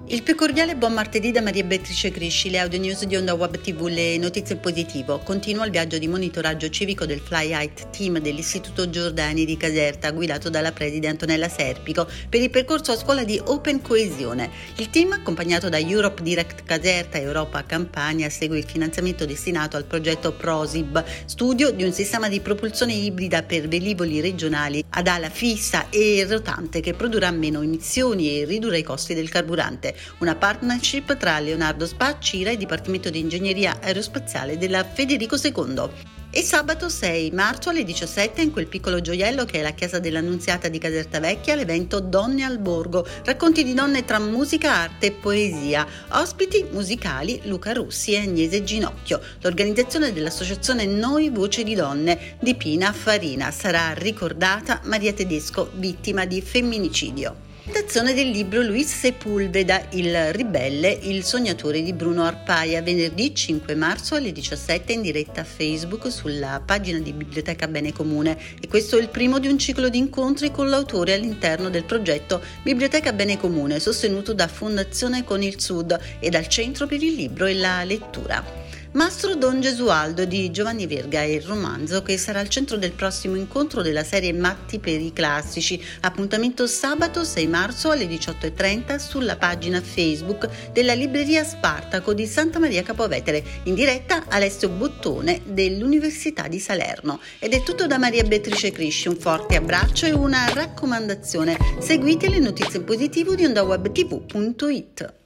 Il più cordiale buon martedì da Maria Beatrice Crisci, le audio news di Onda Web TV, le notizie in positivo. Continua il viaggio di monitoraggio civico del Fly Height Team dell'Istituto Giordani di Caserta, guidato dalla preside Antonella Serpico, per il percorso a scuola di Open Coesione. Il team, accompagnato da Europe Direct Caserta e Europa Campania, segue il finanziamento destinato al progetto ProSib, studio di un sistema di propulsione ibrida per velivoli regionali ad ala fissa e rotante che produrrà meno emissioni e ridurrà i costi del carburante. Una partnership tra Leonardo Spa, CIRA e Dipartimento di Ingegneria Aerospaziale della Federico II. E sabato 6 marzo alle 17 in quel piccolo gioiello che è la Chiesa dell'Annunziata di Caserta Vecchia l'evento Donne al Borgo, racconti di donne tra musica, arte e poesia. Ospiti musicali Luca Russi e Agnese Ginocchio. L'organizzazione dell'associazione Noi Voci di Donne di Pina Farina. Sarà ricordata Maria Tedesco, vittima di femminicidio. Presentazione del libro Luis Sepúlveda, Il ribelle, il sognatore di Bruno Arpaia, venerdì 5 marzo alle 17 in diretta Facebook sulla pagina di Biblioteca Bene Comune. E questo è il primo di un ciclo di incontri con l'autore all'interno del progetto Biblioteca Bene Comune, sostenuto da Fondazione Con il Sud e dal Centro per il Libro e la Lettura. Mastro Don Gesualdo di Giovanni Verga è il romanzo che sarà al centro del prossimo incontro della serie Matti per i classici. Appuntamento sabato 6 marzo alle 18:30 sulla pagina Facebook della libreria Spartaco di Santa Maria Capovetere, in diretta Alessio Bottone dell'Università di Salerno. Ed è tutto da Maria Beatrice Crisci, un forte abbraccio e una raccomandazione: seguite le notizie in positivo di ondawebtv.it.